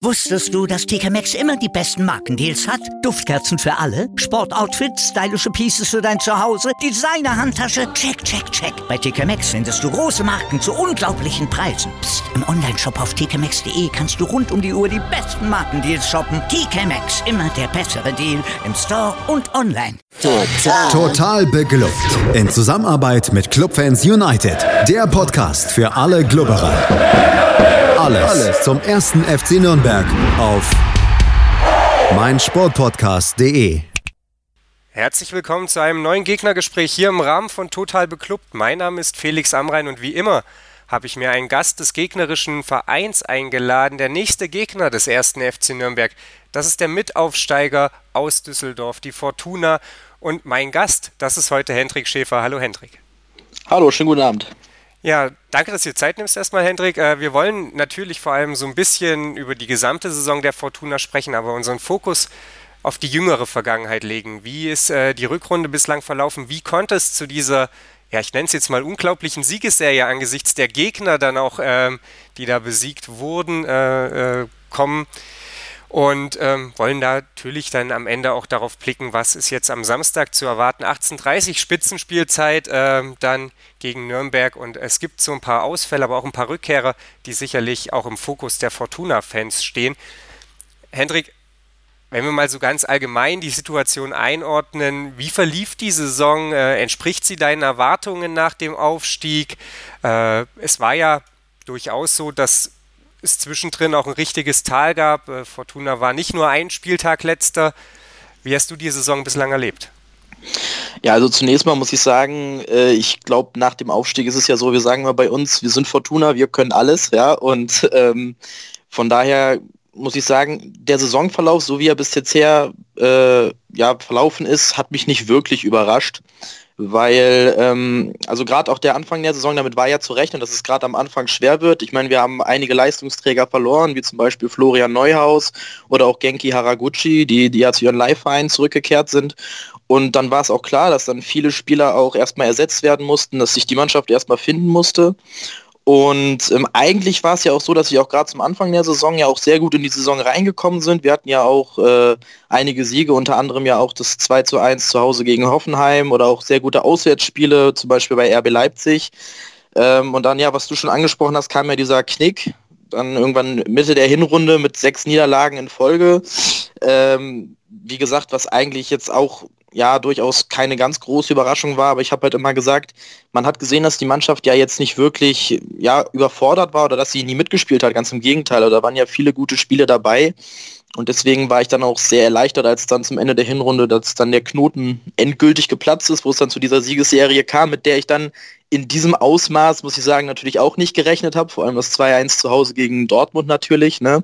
Wusstest du, dass TK Maxx immer die besten Markendeals hat? Duftkerzen für alle, Sportoutfits, stylische Pieces für dein Zuhause, Designer-Handtasche, check, check, check. Bei TK Maxx findest du große Marken zu unglaublichen Preisen. Psst. Im Onlineshop auf tkmaxx.de kannst du rund um die Uhr die besten Markendeals shoppen. TK Maxx, immer der bessere Deal im Store und online. Total beglückt. In Zusammenarbeit mit Clubfans United. Der Podcast für alle Glubberer. Alles zum ersten FC Nürnberg auf meinsportpodcast.de. Herzlich willkommen zu einem neuen Gegnergespräch hier im Rahmen von Total Beklubbt. Mein Name ist Felix Amrain und wie immer habe ich mir einen Gast des gegnerischen Vereins eingeladen. Der nächste Gegner des ersten FC Nürnberg, das ist der Mitaufsteiger aus Düsseldorf, die Fortuna. Und mein Gast, das ist heute Hendrik Schäfer. Hallo Hendrik. Hallo, schönen guten Abend. Ja, danke, dass du dir Zeit nimmst erstmal, Hendrik. Wir wollen natürlich vor allem so ein bisschen über die gesamte Saison der Fortuna sprechen, aber unseren Fokus auf die jüngere Vergangenheit legen. Wie ist die Rückrunde bislang verlaufen? Wie konnte es zu dieser, ja, ich nenne es jetzt mal unglaublichen Siegesserie angesichts der Gegner dann auch, die da besiegt wurden, kommen? Und wollen da natürlich dann am Ende auch darauf blicken, was ist jetzt am Samstag zu erwarten. 18:30 Spitzenspielzeit dann gegen Nürnberg und es gibt so ein paar Ausfälle, aber auch ein paar Rückkehrer, die sicherlich auch im Fokus der Fortuna-Fans stehen. Hendrik, wenn wir mal so ganz allgemein die Situation einordnen, wie verlief die Saison? Entspricht sie deinen Erwartungen nach dem Aufstieg? Es war ja durchaus so, dass es zwischendrin auch ein richtiges Tal gab. Fortuna war nicht nur ein Spieltag letzter. Wie hast du die Saison bislang erlebt? Ja, also zunächst mal muss ich sagen, ich glaube, nach dem Aufstieg ist es ja so, wir sagen mal bei uns, wir sind Fortuna, wir können alles, ja, und von daher muss ich sagen, der Saisonverlauf, so wie er bis jetzt her verlaufen ist, hat mich nicht wirklich überrascht. Weil, also gerade auch der Anfang der Saison, damit war ja zu rechnen, dass es gerade am Anfang schwer wird. Ich meine, wir haben einige Leistungsträger verloren, wie zum Beispiel Florian Neuhaus oder auch Genki Haraguchi, die ja zu ihren Leihvereinen zurückgekehrt sind. Und dann war es auch klar, dass dann viele Spieler auch erstmal ersetzt werden mussten, dass sich die Mannschaft erstmal finden musste. Und eigentlich war es ja auch so, dass wir auch gerade zum Anfang der Saison ja auch sehr gut in die Saison reingekommen sind. Wir hatten ja auch einige Siege, unter anderem ja auch das 2:1 zu Hause gegen Hoffenheim oder auch sehr gute Auswärtsspiele, zum Beispiel bei RB Leipzig. Und dann, ja, was du schon angesprochen hast, kam ja dieser Knick, dann irgendwann Mitte der Hinrunde mit 6 Niederlagen in Folge. Wie gesagt, was eigentlich jetzt auch ja durchaus keine ganz große Überraschung war, aber ich habe halt immer gesagt, man hat gesehen, dass die Mannschaft ja jetzt nicht wirklich überfordert war oder dass sie nie mitgespielt hat, ganz im Gegenteil, da waren ja viele gute Spiele dabei und deswegen war ich dann auch sehr erleichtert, als dann zum Ende der Hinrunde, dass dann der Knoten endgültig geplatzt ist, wo es dann zu dieser Siegesserie kam, mit der ich dann in diesem Ausmaß, muss ich sagen, natürlich auch nicht gerechnet habe, vor allem das 2:1 zu Hause gegen Dortmund natürlich, ne?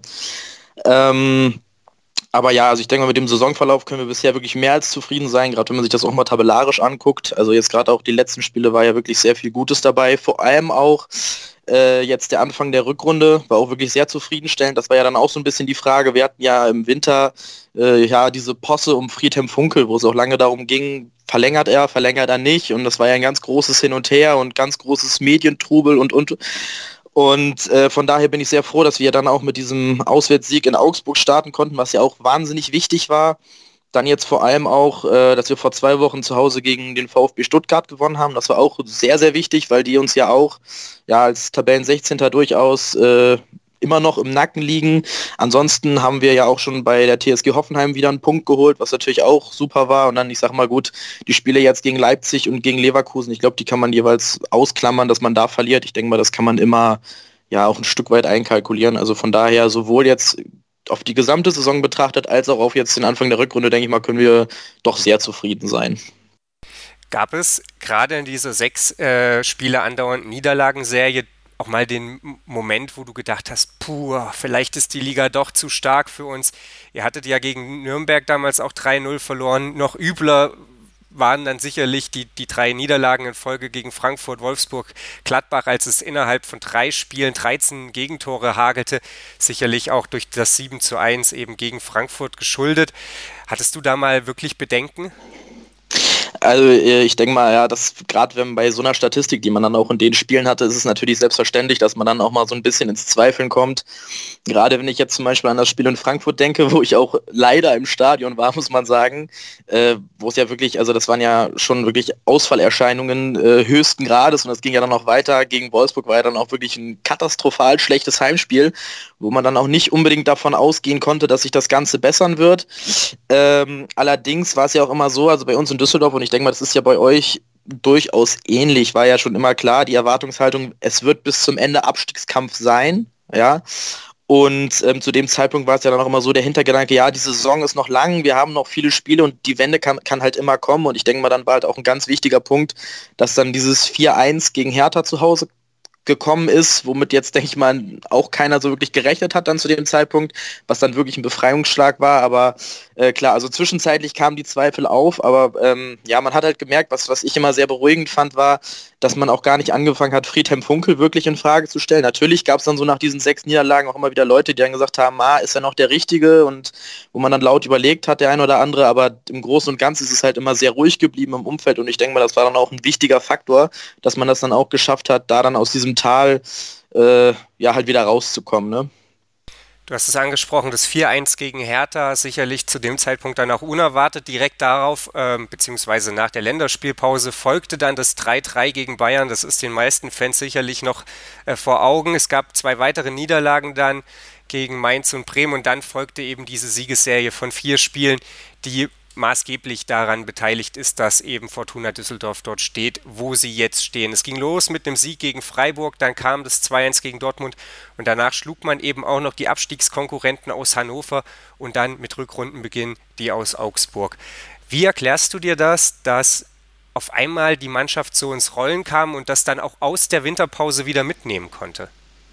Aber ja, also ich denke mal, mit dem Saisonverlauf können wir bisher wirklich mehr als zufrieden sein, gerade wenn man sich das auch mal tabellarisch anguckt. Also jetzt gerade auch die letzten Spiele war ja wirklich sehr viel Gutes dabei. Vor allem auch jetzt der Anfang der Rückrunde war auch wirklich sehr zufriedenstellend. Das war ja dann auch so ein bisschen die Frage. Wir hatten ja im Winter diese Posse um Friedhelm Funkel, wo es auch lange darum ging, verlängert er nicht. Und das war ja ein ganz großes Hin und Her und ganz großes Medientrubel und von daher bin ich sehr froh, dass wir dann auch mit diesem Auswärtssieg in Augsburg starten konnten, was ja auch wahnsinnig wichtig war. Dann jetzt vor allem auch, dass wir vor 2 Wochen zu Hause gegen den VfB Stuttgart gewonnen haben. Das war auch sehr, sehr wichtig, weil die uns ja auch als Tabellen-16. durchaus immer noch im Nacken liegen. Ansonsten haben wir ja auch schon bei der TSG Hoffenheim wieder einen Punkt geholt, was natürlich auch super war. Und dann, ich sag mal gut, die Spiele jetzt gegen Leipzig und gegen Leverkusen, ich glaube, die kann man jeweils ausklammern, dass man da verliert. Ich denke mal, das kann man immer auch ein Stück weit einkalkulieren. Also von daher sowohl jetzt auf die gesamte Saison betrachtet, als auch auf jetzt den Anfang der Rückrunde, denke ich mal, können wir doch sehr zufrieden sein. Gab es gerade in dieser 6 Spiele andauernden Niederlagenserie auch mal den Moment, wo du gedacht hast, vielleicht ist die Liga doch zu stark für uns. Ihr hattet ja gegen Nürnberg damals auch 3:0 verloren. Noch übler waren dann sicherlich die 3 Niederlagen in Folge gegen Frankfurt, Wolfsburg, Gladbach, als es innerhalb von 3 Spielen 13 Gegentore hagelte. Sicherlich auch durch das 7:1 eben gegen Frankfurt geschuldet. Hattest du da mal wirklich Bedenken? Also ich denke mal, ja, dass gerade wenn bei so einer Statistik, die man dann auch in den Spielen hatte, ist es natürlich selbstverständlich, dass man dann auch mal so ein bisschen ins Zweifeln kommt. Gerade wenn ich jetzt zum Beispiel an das Spiel in Frankfurt denke, wo ich auch leider im Stadion war, muss man sagen, wo es ja wirklich, also das waren ja schon wirklich Ausfallerscheinungen höchsten Grades und das ging ja dann noch weiter. Gegen Wolfsburg war ja dann auch wirklich ein katastrophal schlechtes Heimspiel, wo man dann auch nicht unbedingt davon ausgehen konnte, dass sich das Ganze bessern wird. Allerdings war es ja auch immer so, also bei uns in Düsseldorf, und ich denke mal, das ist ja bei euch durchaus ähnlich, war ja schon immer klar, die Erwartungshaltung, es wird bis zum Ende Abstiegskampf sein, ja. Und zu dem Zeitpunkt war es ja dann auch immer so der Hintergedanke, ja, die Saison ist noch lang, wir haben noch viele Spiele und die Wende kann halt immer kommen. Und ich denke mal, dann war halt auch ein ganz wichtiger Punkt, dass dann dieses 4-1 gegen Hertha zu Hause gekommen ist, womit jetzt, denke ich mal, auch keiner so wirklich gerechnet hat dann zu dem Zeitpunkt, was dann wirklich ein Befreiungsschlag war, aber klar, also zwischenzeitlich kamen die Zweifel auf, aber ja, man hat halt gemerkt, was ich immer sehr beruhigend fand, war, dass man auch gar nicht angefangen hat, Friedhelm Funkel wirklich in Frage zu stellen. Natürlich gab es dann so nach diesen 6 Niederlagen auch immer wieder Leute, die dann gesagt haben, ist er noch der Richtige, und wo man dann laut überlegt hat, der ein oder andere, aber im Großen und Ganzen ist es halt immer sehr ruhig geblieben im Umfeld, und ich denke mal, das war dann auch ein wichtiger Faktor, dass man das dann auch geschafft hat, da dann aus diesem Tal ja halt wieder rauszukommen, ne? Du hast es angesprochen, das 4-1 gegen Hertha, sicherlich zu dem Zeitpunkt dann auch unerwartet. Direkt darauf, beziehungsweise nach der Länderspielpause, folgte dann das 3-3 gegen Bayern. Das ist den meisten Fans sicherlich noch vor Augen. Es gab 2 weitere Niederlagen dann gegen Mainz und Bremen, und dann folgte eben diese Siegesserie von 4 Spielen, die maßgeblich daran beteiligt ist, dass eben Fortuna Düsseldorf dort steht, wo sie jetzt stehen. Es ging los mit einem Sieg gegen Freiburg, dann kam das 2-1 gegen Dortmund und danach schlug man eben auch noch die Abstiegskonkurrenten aus Hannover und dann mit Rückrundenbeginn die aus Augsburg. Wie erklärst du dir das, dass auf einmal die Mannschaft so ins Rollen kam und das dann auch aus der Winterpause wieder mitnehmen konnte?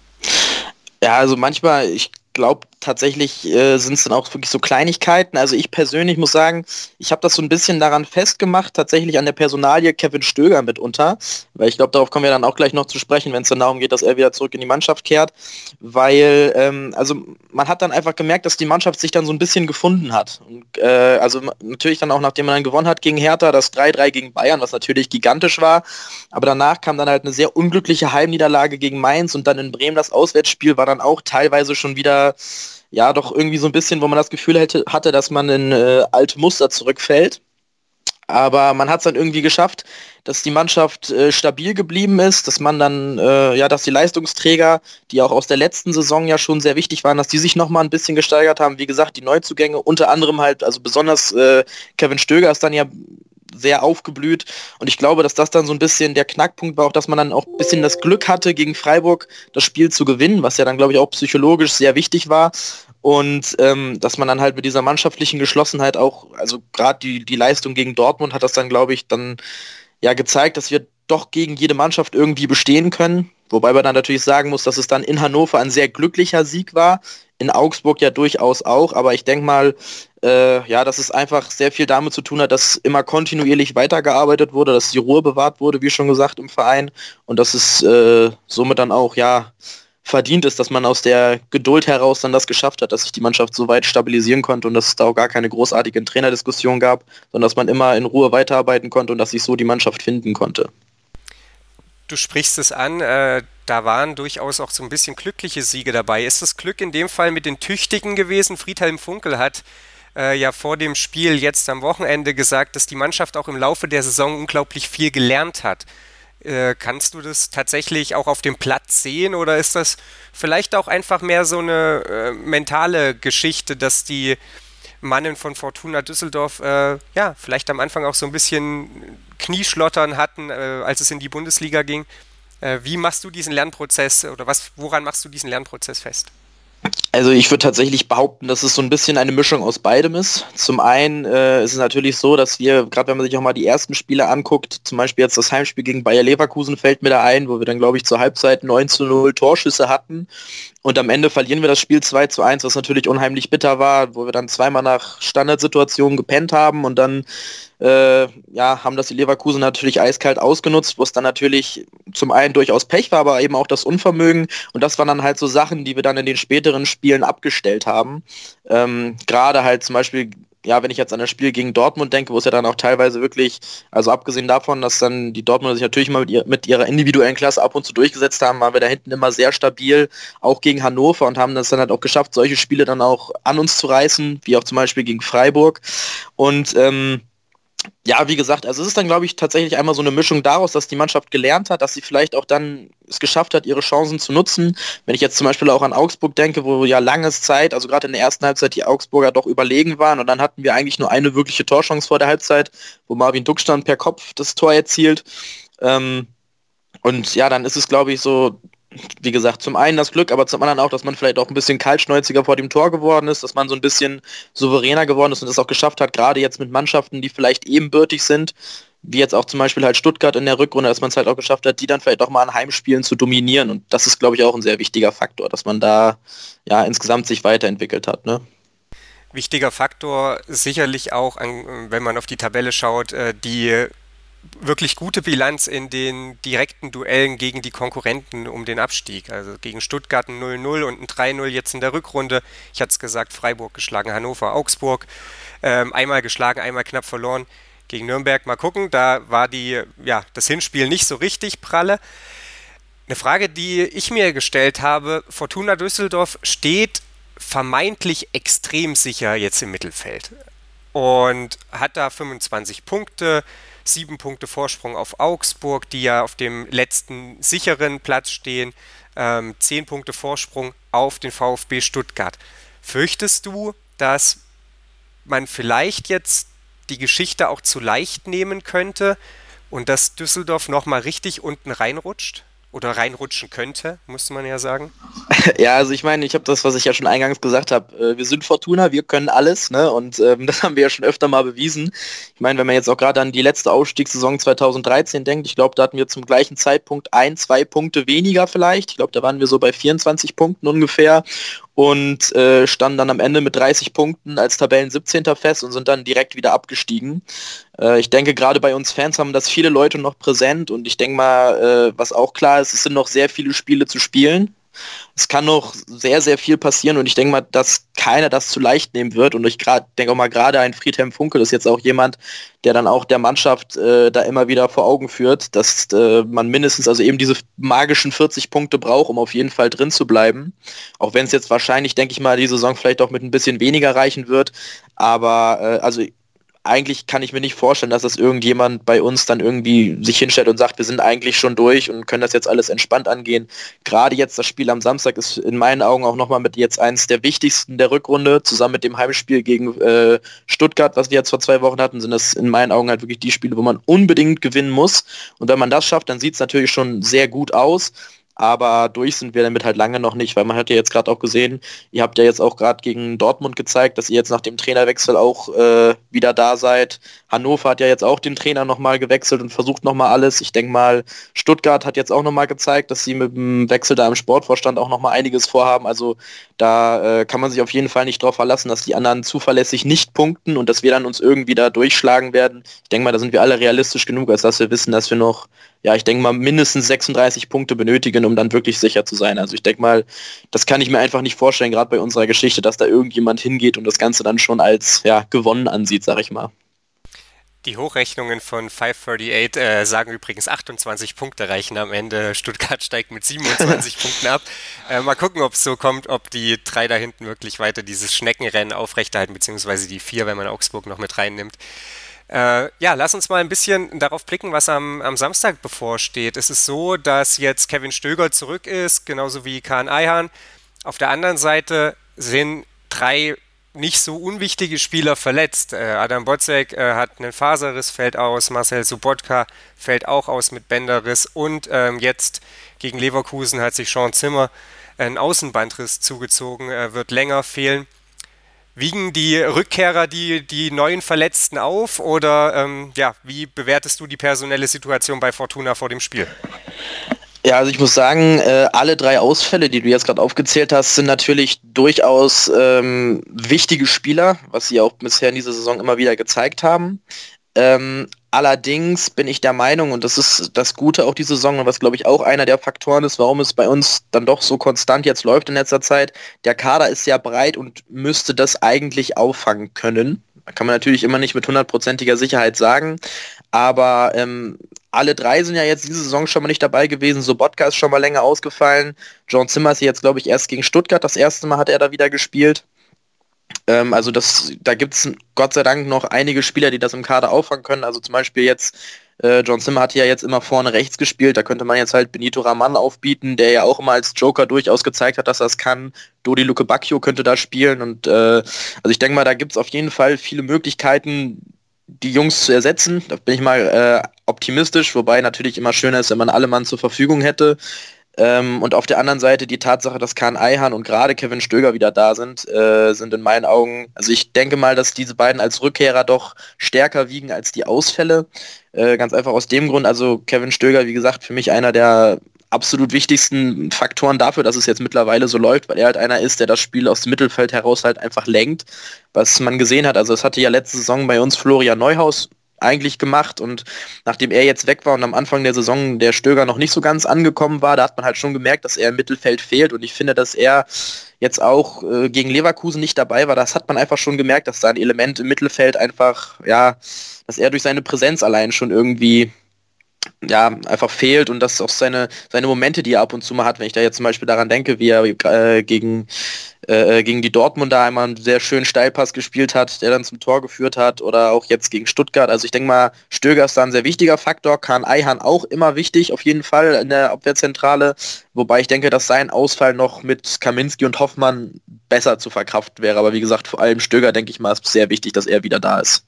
Ja, also manchmal, ich glaube tatsächlich sind es dann auch wirklich so Kleinigkeiten. Also ich persönlich muss sagen, ich habe das so ein bisschen daran festgemacht, tatsächlich an der Personalie Kevin Stöger mitunter, weil ich glaube, darauf kommen wir dann auch gleich noch zu sprechen, wenn es dann darum geht, dass er wieder zurück in die Mannschaft kehrt, weil also man hat dann einfach gemerkt, dass die Mannschaft sich dann so ein bisschen gefunden hat. Und, also natürlich dann auch, nachdem man dann gewonnen hat gegen Hertha, das 3-3 gegen Bayern, was natürlich gigantisch war, aber danach kam dann halt eine sehr unglückliche Heimniederlage gegen Mainz, und dann in Bremen das Auswärtsspiel war dann auch teilweise schon wieder, ja, doch irgendwie so ein bisschen, wo man das Gefühl hatte, dass man in alte Muster zurückfällt. Aber man hat es dann irgendwie geschafft, dass die Mannschaft stabil geblieben ist, dass man dann, dass die Leistungsträger, die auch aus der letzten Saison ja schon sehr wichtig waren, dass die sich nochmal ein bisschen gesteigert haben. Wie gesagt, die Neuzugänge, unter anderem halt, also besonders Kevin Stöger ist dann ja sehr aufgeblüht, und ich glaube, dass das dann so ein bisschen der Knackpunkt war, auch dass man dann auch ein bisschen das Glück hatte, gegen Freiburg das Spiel zu gewinnen, was ja dann, glaube ich, auch psychologisch sehr wichtig war, und dass man dann halt mit dieser mannschaftlichen Geschlossenheit auch, also gerade die Leistung gegen Dortmund hat das dann, glaube ich, dann ja gezeigt, dass wir doch gegen jede Mannschaft irgendwie bestehen können, wobei man dann natürlich sagen muss, dass es dann in Hannover ein sehr glücklicher Sieg war, in Augsburg ja durchaus auch, aber ich denke mal, dass es einfach sehr viel damit zu tun hat, dass immer kontinuierlich weitergearbeitet wurde, dass die Ruhe bewahrt wurde, wie schon gesagt, im Verein, und dass es somit dann auch, ja, verdient ist, dass man aus der Geduld heraus dann das geschafft hat, dass sich die Mannschaft so weit stabilisieren konnte und dass es da auch gar keine großartigen Trainerdiskussionen gab, sondern dass man immer in Ruhe weiterarbeiten konnte und dass sich so die Mannschaft finden konnte. Du sprichst es an, da waren durchaus auch so ein bisschen glückliche Siege dabei. Ist das Glück in dem Fall mit den Tüchtigen gewesen? Friedhelm Funkel hat ja vor dem Spiel jetzt am Wochenende gesagt, dass die Mannschaft auch im Laufe der Saison unglaublich viel gelernt hat. Kannst du das tatsächlich auch auf dem Platz sehen, oder ist das vielleicht auch einfach mehr so eine mentale Geschichte, dass die Mannen von Fortuna Düsseldorf vielleicht am Anfang auch so ein bisschen Knieschlottern hatten, als es in die Bundesliga ging? Wie machst du diesen Lernprozess, oder woran machst du diesen Lernprozess fest? Also ich würde tatsächlich behaupten, dass es so ein bisschen eine Mischung aus beidem ist. Zum einen ist es natürlich so, dass wir, gerade wenn man sich auch mal die ersten Spiele anguckt, zum Beispiel jetzt das Heimspiel gegen Bayer Leverkusen fällt mir da ein, wo wir dann, glaube ich, zur Halbzeit 9-0 Torschüsse hatten, und am Ende verlieren wir das Spiel 2-1, was natürlich unheimlich bitter war, wo wir dann zweimal nach Standardsituationen gepennt haben, und dann haben das die Leverkusen natürlich eiskalt ausgenutzt, wo es dann natürlich zum einen durchaus Pech war, aber eben auch das Unvermögen, und das waren dann halt so Sachen, die wir dann in den späteren Spielen abgestellt haben. Gerade halt zum Beispiel ja, wenn ich jetzt an das Spiel gegen Dortmund denke, wo es ja dann auch teilweise wirklich, also abgesehen davon, dass dann die Dortmunder sich natürlich mal mit ihrer individuellen Klasse ab und zu durchgesetzt haben, waren wir da hinten immer sehr stabil, auch gegen Hannover, und haben das dann halt auch geschafft, solche Spiele dann auch an uns zu reißen, wie auch zum Beispiel gegen Freiburg. Und ja, wie gesagt, also es ist dann, glaube ich, tatsächlich einmal so eine Mischung daraus, dass die Mannschaft gelernt hat, dass sie vielleicht auch dann es geschafft hat, ihre Chancen zu nutzen. Wenn ich jetzt zum Beispiel auch an Augsburg denke, wo ja langes Zeit, also gerade in der ersten Halbzeit, die Augsburger doch überlegen waren, und dann hatten wir eigentlich nur eine wirkliche Torchance vor der Halbzeit, wo Marvin Duckstein per Kopf das Tor erzielt. Und ja, dann ist es, glaube ich, so, wie gesagt, zum einen das Glück, aber zum anderen auch, dass man vielleicht auch ein bisschen kaltschnäuziger vor dem Tor geworden ist, dass man so ein bisschen souveräner geworden ist und das auch geschafft hat, gerade jetzt mit Mannschaften, die vielleicht ebenbürtig sind, wie jetzt auch zum Beispiel halt Stuttgart in der Rückrunde, dass man es halt auch geschafft hat, die dann vielleicht auch mal an Heimspielen zu dominieren. Und das ist, glaube ich, auch ein sehr wichtiger Faktor, dass man da ja insgesamt sich weiterentwickelt hat, ne? Wichtiger Faktor sicherlich auch, wenn man auf die Tabelle schaut, die wirklich gute Bilanz in den direkten Duellen gegen die Konkurrenten um den Abstieg. Also gegen Stuttgart ein 0-0 und ein 3-0 jetzt in der Rückrunde. Ich hatte es gesagt, Freiburg geschlagen, Hannover, Augsburg. Einmal geschlagen, einmal knapp verloren gegen Nürnberg. Mal gucken, da war das Hinspiel nicht so richtig pralle. Eine Frage, die ich mir gestellt habe, Fortuna Düsseldorf steht vermeintlich extrem sicher jetzt im Mittelfeld und hat da 25 Punkte, 7 Punkte Vorsprung auf Augsburg, die ja auf dem letzten sicheren Platz stehen, 10 Punkte Vorsprung auf den VfB Stuttgart. Fürchtest du, dass man vielleicht jetzt die Geschichte auch zu leicht nehmen könnte und dass Düsseldorf nochmal richtig unten reinrutscht? Oder reinrutschen könnte, muss man ja sagen. Ja, also ich meine, ich habe das, was ich ja schon eingangs gesagt habe, wir sind Fortuna, wir können alles, ne? Und das haben wir ja schon öfter mal bewiesen. Ich meine, wenn man jetzt auch gerade an die letzte Aufstiegssaison 2013 denkt, ich glaube, da hatten wir zum gleichen Zeitpunkt 2 Punkte weniger vielleicht. Ich glaube, da waren wir so bei 24 Punkten ungefähr und standen dann am Ende mit 30 Punkten als Tabellen 17. fest und sind dann direkt wieder abgestiegen. Ich denke, gerade bei uns Fans haben das viele Leute noch präsent, und ich denke mal, was auch klar ist, es sind noch sehr viele Spiele zu spielen. Es kann noch sehr, sehr viel passieren, und ich denke mal, dass keiner das zu leicht nehmen wird, und ich denke auch mal, gerade ein Friedhelm Funkel ist jetzt auch jemand, der dann auch der Mannschaft da immer wieder vor Augen führt, dass man mindestens also eben diese magischen 40 Punkte braucht, um auf jeden Fall drin zu bleiben. Auch wenn es jetzt wahrscheinlich, denke ich mal, die Saison vielleicht auch mit ein bisschen weniger reichen wird, aber eigentlich kann ich mir nicht vorstellen, dass das irgendjemand bei uns dann irgendwie sich hinstellt und sagt, wir sind eigentlich schon durch und können das jetzt alles entspannt angehen. Gerade jetzt das Spiel am Samstag ist in meinen Augen auch nochmal mit jetzt eins der wichtigsten der Rückrunde, zusammen mit dem Heimspiel gegen Stuttgart, was wir jetzt vor 2 Wochen hatten, sind das in meinen Augen halt wirklich die Spiele, wo man unbedingt gewinnen muss. Und wenn man das schafft, dann sieht es natürlich schon sehr gut aus. Aber durch sind wir damit halt lange noch nicht, weil man hat ja jetzt gerade auch gesehen, ihr habt ja jetzt auch gerade gegen Dortmund gezeigt, dass ihr jetzt nach dem Trainerwechsel auch wieder da seid. Hannover hat ja jetzt auch den Trainer nochmal gewechselt und versucht nochmal alles. Ich denke mal, Stuttgart hat jetzt auch nochmal gezeigt, dass sie mit dem Wechsel da im Sportvorstand auch nochmal einiges vorhaben. Also da kann man sich auf jeden Fall nicht drauf verlassen, dass die anderen zuverlässig nicht punkten und dass wir dann uns irgendwie da durchschlagen werden. Ich denke mal, da sind wir alle realistisch genug, als dass wir wissen, dass wir noch, ja, ich denke mal, mindestens 36 Punkte benötigen, um dann wirklich sicher zu sein. Also ich denke mal, das kann ich mir einfach nicht vorstellen, gerade bei unserer Geschichte, dass da irgendjemand hingeht und das Ganze dann schon als gewonnen ansieht, sag ich mal. Die Hochrechnungen von 538 sagen übrigens 28 Punkte reichen am Ende. Stuttgart steigt mit 27 Punkten ab. Mal gucken, ob es so kommt, ob die 3 da hinten wirklich weiter dieses Schneckenrennen aufrechterhalten, beziehungsweise die 4, wenn man Augsburg noch mit reinnimmt. Lass uns mal ein bisschen darauf blicken, was am Samstag bevorsteht. Es ist so, dass jetzt Kevin Stöger zurück ist, genauso wie Kaan Ayhan. Auf der anderen Seite sind 3 nicht so unwichtige Spieler verletzt. Adam Botzek hat einen Faserriss, fällt aus. Marcel Sobotka fällt auch aus mit Bänderriss. Und jetzt gegen Leverkusen hat sich Sean Zimmer einen Außenbandriss zugezogen, wird länger fehlen. Wiegen die Rückkehrer die neuen Verletzten auf, oder wie bewertest du die personelle Situation bei Fortuna vor dem Spiel? Ja, also ich muss sagen, alle 3 Ausfälle, die du jetzt gerade aufgezählt hast, sind natürlich durchaus wichtige Spieler, was sie auch bisher in dieser Saison immer wieder gezeigt haben. Allerdings bin ich der Meinung, und das ist das Gute auch diese Saison, und was glaube ich auch einer der Faktoren ist, warum es bei uns dann doch so konstant jetzt läuft in letzter Zeit, der Kader ist sehr breit und müsste das eigentlich auffangen können. Kann man natürlich immer nicht mit 100%iger Sicherheit sagen, aber alle drei sind ja jetzt diese Saison schon mal nicht dabei gewesen. Sobotka ist schon mal länger ausgefallen. John Zimmer ist jetzt, glaube ich, erst gegen Stuttgart. Das erste Mal hat er da wieder gespielt. Also da gibt es Gott sei Dank noch einige Spieler, die das im Kader auffangen können. Also zum Beispiel jetzt, John Zimmer hat ja jetzt immer vorne rechts gespielt. Da könnte man jetzt halt Benito Raman aufbieten, der ja auch immer als Joker durchaus gezeigt hat, dass er es kann. Dodi Lukebakio könnte da spielen. Und also ich denke mal, da gibt es auf jeden Fall viele Möglichkeiten, die Jungs zu ersetzen. Da bin ich mal optimistisch, wobei natürlich immer schöner ist, wenn man alle Mann zur Verfügung hätte. Und auf der anderen Seite die Tatsache, dass Kaan Ayhan und gerade Kevin Stöger wieder da sind, sind in meinen Augen, also ich denke mal, dass diese beiden als Rückkehrer doch stärker wiegen als die Ausfälle. Ganz einfach aus dem Grund, also Kevin Stöger, wie gesagt, für mich einer der absolut wichtigsten Faktoren dafür, dass es jetzt mittlerweile so läuft, weil er halt einer ist, der das Spiel aus dem Mittelfeld heraus halt einfach lenkt, was man gesehen hat. Also es hatte ja letzte Saison bei uns Florian Neuhaus eigentlich gemacht und nachdem er jetzt weg war und am Anfang der Saison der Stöger noch nicht so ganz angekommen war, da hat man halt schon gemerkt, dass er im Mittelfeld fehlt und ich finde, dass er jetzt auch gegen Leverkusen nicht dabei war, das hat man einfach schon gemerkt, dass da ein Element im Mittelfeld einfach, ja, dass er durch seine Präsenz allein schon irgendwie einfach fehlt und dass auch seine Momente, die er ab und zu mal hat, wenn ich da jetzt zum Beispiel daran denke, wie er gegen die Dortmunder einmal einen sehr schönen Steilpass gespielt hat, der dann zum Tor geführt hat oder auch jetzt gegen Stuttgart. Also ich denke mal, Stöger ist da ein sehr wichtiger Faktor, Kaan Ayhan auch immer wichtig, auf jeden Fall in der Abwehrzentrale, wobei ich denke, dass sein Ausfall noch mit Kaminski und Hoffmann besser zu verkraften wäre, aber wie gesagt, vor allem Stöger, denke ich mal, ist sehr wichtig, dass er wieder da ist.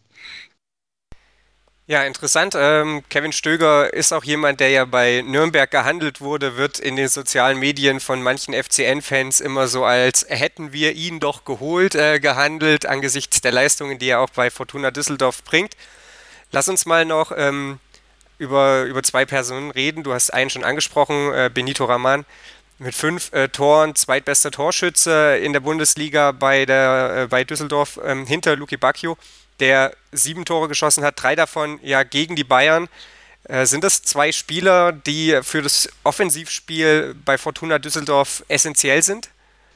Ja, interessant. Kevin Stöger ist auch jemand, der ja bei Nürnberg gehandelt wurde, wird in den sozialen Medien von manchen FCN-Fans immer so als hätten wir ihn doch geholt gehandelt, angesichts der Leistungen, die er auch bei Fortuna Düsseldorf bringt. Lass uns mal noch über zwei Personen reden. Du hast einen schon angesprochen, Benito Raman mit 5 Toren, zweitbester Torschütze in der Bundesliga bei Düsseldorf hinter Luki Bacchio, der 7 Tore geschossen hat, 3 davon ja gegen die Bayern. Sind das 2 Spieler, die für das Offensivspiel bei Fortuna Düsseldorf essentiell sind?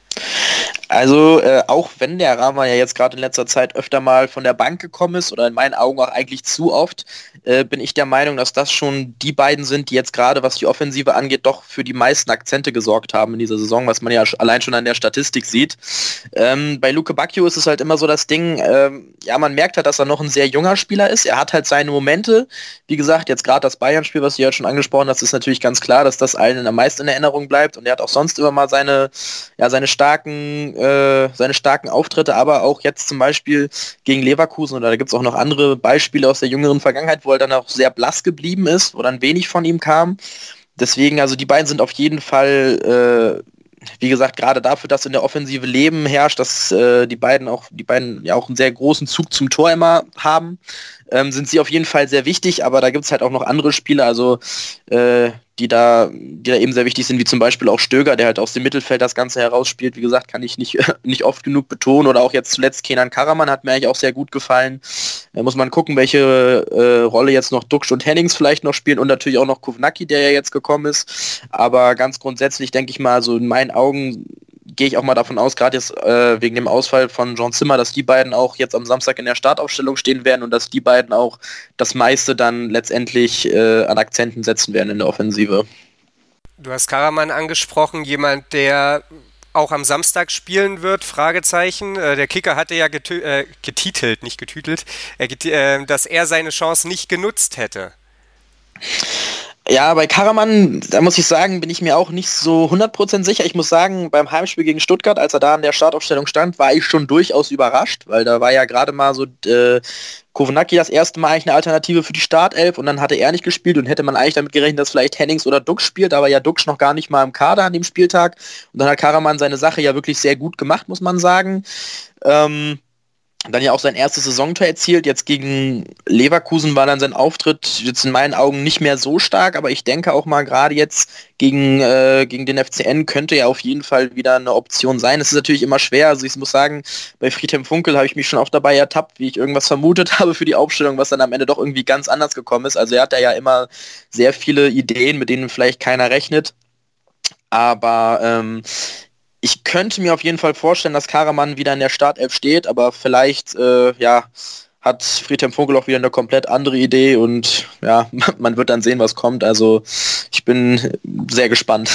Also auch wenn der Rahman ja jetzt gerade in letzter Zeit öfter mal von der Bank gekommen ist oder in meinen Augen auch eigentlich zu oft, bin ich der Meinung, dass das schon die beiden sind, die jetzt gerade, was die Offensive angeht, doch für die meisten Akzente gesorgt haben in dieser Saison, was man ja allein schon an der Statistik sieht. Bei Luke Bacchio ist es halt immer so das Ding, man merkt halt, dass er noch ein sehr junger Spieler ist. Er hat halt seine Momente. Wie gesagt, jetzt gerade das Bayern-Spiel, was du ja schon angesprochen hast, ist natürlich ganz klar, dass das allen am meisten in Erinnerung bleibt und er hat auch sonst immer mal seine starken Auftritte, aber auch jetzt zum Beispiel gegen Leverkusen oder da gibt es auch noch andere Beispiele aus der jüngeren Vergangenheit, wo er dann auch sehr blass geblieben ist, wo dann wenig von ihm kam. Deswegen, also die beiden sind auf jeden Fall, wie gesagt, gerade dafür, dass in der Offensive Leben herrscht, dass die beiden ja auch einen sehr großen Zug zum Tor immer haben, sind sie auf jeden Fall sehr wichtig, aber da gibt es halt auch noch andere Spieler, also die da eben sehr wichtig sind, wie zum Beispiel auch Stöger, der halt aus dem Mittelfeld das Ganze herausspielt. Wie gesagt, kann ich nicht oft genug betonen. Oder auch jetzt zuletzt Kenan Karaman hat mir eigentlich auch sehr gut gefallen. Da muss man gucken, welche Rolle jetzt noch Duksch und Hennings vielleicht noch spielen und natürlich auch noch Kovnacki, der ja jetzt gekommen ist. Aber ganz grundsätzlich denke ich mal, so in meinen Augen gehe ich auch mal davon aus, gerade jetzt wegen dem Ausfall von John Zimmer, dass die beiden auch jetzt am Samstag in der Startaufstellung stehen werden und dass die beiden auch das meiste dann letztendlich an Akzenten setzen werden in der Offensive. Du hast Karaman angesprochen, jemand, der auch am Samstag spielen wird, Fragezeichen. Der Kicker hatte ja getitelt, nicht getütelt, dass er seine Chance nicht genutzt hätte. Ja, bei Karaman, da muss ich sagen, bin ich mir auch nicht so 100% sicher. Ich muss sagen, beim Heimspiel gegen Stuttgart, als er da in der Startaufstellung stand, war ich schon durchaus überrascht, weil da war ja gerade mal so Kovnacki das erste Mal eigentlich eine Alternative für die Startelf und dann hatte er nicht gespielt und hätte man eigentlich damit gerechnet, dass vielleicht Hennings oder Duksch spielt, aber ja Duksch noch gar nicht mal im Kader an dem Spieltag und dann hat Karaman seine Sache ja wirklich sehr gut gemacht, muss man sagen. Dann ja auch sein erstes Saisontor erzielt. Jetzt gegen Leverkusen war dann sein Auftritt jetzt in meinen Augen nicht mehr so stark, aber ich denke auch mal gerade jetzt gegen den FCN könnte ja auf jeden Fall wieder eine Option sein. Es ist natürlich immer schwer, also ich muss sagen, bei Friedhelm Funkel habe ich mich schon oft dabei ertappt, wie ich irgendwas vermutet habe für die Aufstellung, was dann am Ende doch irgendwie ganz anders gekommen ist. Also er hat ja immer sehr viele Ideen, mit denen vielleicht keiner rechnet, aber Ich könnte mir auf jeden Fall vorstellen, dass Karaman wieder in der Startelf steht, aber vielleicht, hat Friedhelm Funkel auch wieder eine komplett andere Idee und ja, man wird dann sehen, was kommt. Also ich bin sehr gespannt.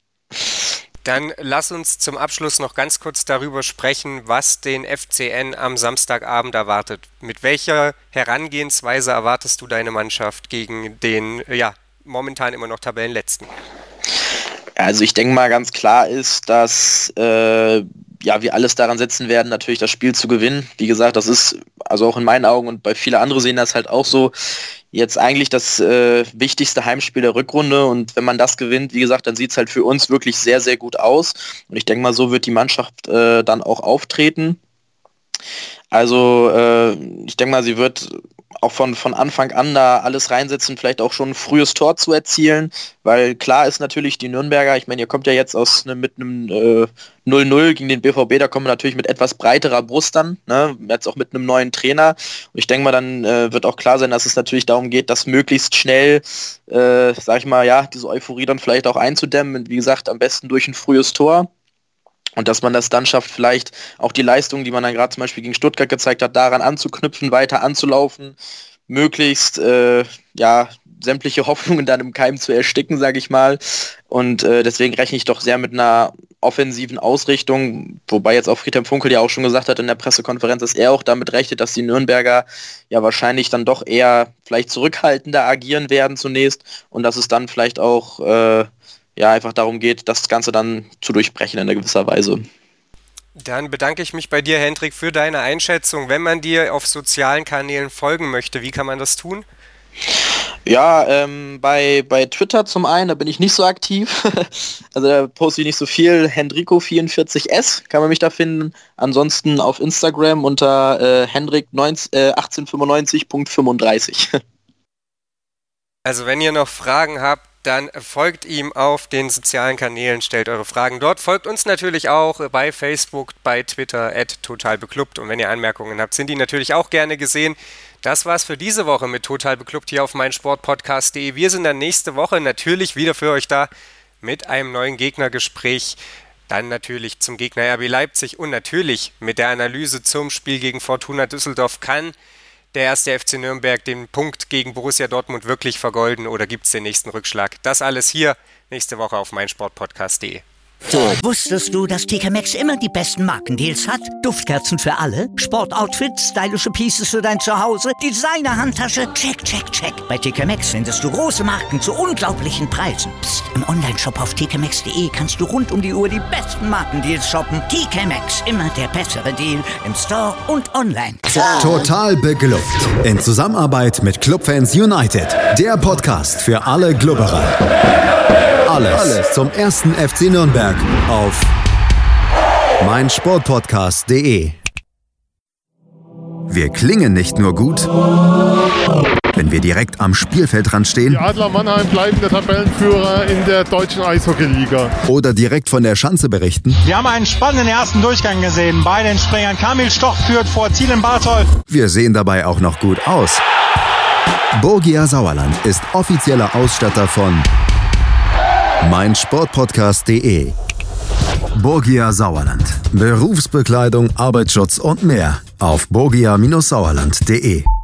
Dann lass uns zum Abschluss noch ganz kurz darüber sprechen, was den FCN am Samstagabend erwartet. Mit welcher Herangehensweise erwartest du deine Mannschaft gegen den, momentan immer noch Tabellenletzten? Also ich denke mal, ganz klar ist, dass wir alles daran setzen werden, natürlich das Spiel zu gewinnen. Wie gesagt, das ist also auch in meinen Augen und bei vielen anderen sehen das halt auch so, jetzt eigentlich das wichtigste Heimspiel der Rückrunde und wenn man das gewinnt, wie gesagt, dann sieht es halt für uns wirklich sehr, sehr gut aus und ich denke mal, so wird die Mannschaft dann auch auftreten. Also ich denke mal, sie wird auch von Anfang an da alles reinsetzen, vielleicht auch schon ein frühes Tor zu erzielen, weil klar ist natürlich die Nürnberger, ich meine, ihr kommt ja jetzt mit einem 0-0 gegen den BVB, da kommen wir natürlich mit etwas breiterer Brust dann, ne? Jetzt auch mit einem neuen Trainer und ich denke mal, dann wird auch klar sein, dass es natürlich darum geht, dass möglichst schnell, diese Euphorie dann vielleicht auch einzudämmen, wie gesagt, am besten durch ein frühes Tor. Und dass man das dann schafft, vielleicht auch die Leistung, die man dann gerade zum Beispiel gegen Stuttgart gezeigt hat, daran anzuknüpfen, weiter anzulaufen, möglichst sämtliche Hoffnungen dann im Keim zu ersticken, sage ich mal. Und deswegen rechne ich doch sehr mit einer offensiven Ausrichtung, wobei jetzt auch Friedhelm Funkel ja auch schon gesagt hat in der Pressekonferenz, dass er auch damit rechnet, dass die Nürnberger ja wahrscheinlich dann doch eher vielleicht zurückhaltender agieren werden zunächst und dass es dann vielleicht auch einfach darum geht, das Ganze dann zu durchbrechen in einer gewisser Weise. Dann bedanke ich mich bei dir, Hendrik, für deine Einschätzung. Wenn man dir auf sozialen Kanälen folgen möchte, wie kann man das tun? Ja, bei Twitter zum einen, da bin ich nicht so aktiv. Also da poste ich nicht so viel. Hendrico44S kann man mich da finden. Ansonsten auf Instagram unter Hendrik1895.35. Also wenn ihr noch Fragen habt, dann folgt ihm auf den sozialen Kanälen, stellt eure Fragen dort. Folgt uns natürlich auch bei Facebook, bei Twitter @totalbeklubbt. Und wenn ihr Anmerkungen habt, sind die natürlich auch gerne gesehen. Das war's für diese Woche mit Total Beklubbt hier auf meinsportpodcast.de. Wir sind dann nächste Woche natürlich wieder für euch da mit einem neuen Gegnergespräch. Dann natürlich zum Gegner RB Leipzig und natürlich mit der Analyse zum Spiel gegen Fortuna Düsseldorf. Kann der erste FC Nürnberg den Punkt gegen Borussia Dortmund wirklich vergolden oder gibt es den nächsten Rückschlag? Das alles hier nächste Woche auf meinsportpodcast.de. Wusstest du, dass TK Maxx immer die besten Markendeals hat? Duftkerzen für alle, Sportoutfits, stylische Pieces für dein Zuhause, Designer-Handtasche, check, check, check. Bei TK Maxx findest du große Marken zu unglaublichen Preisen. Psst. Im Onlineshop auf tkmaxx.de kannst du rund um die Uhr die besten Markendeals shoppen. TK Maxx, immer der bessere Deal im Store und online. Total beglückt. In Zusammenarbeit mit Clubfans United. Der Podcast für alle Glubberer. Alles zum ersten FC Nürnberg auf meinsportpodcast.de. Wir klingen nicht nur gut, wenn wir direkt am Spielfeldrand stehen. Die Adler Mannheim bleiben der Tabellenführer in der deutschen Eishockeyliga. Oder direkt von der Schanze berichten. Wir haben einen spannenden ersten Durchgang gesehen. Bei den Springern Kamil Stoch führt vor Zielen Bartol. Wir sehen dabei auch noch gut aus. Borgia Sauerland ist offizieller Ausstatter von meinsportpodcast.de. Borgia Sauerland. Berufsbekleidung, Arbeitsschutz und mehr auf borgia-sauerland.de.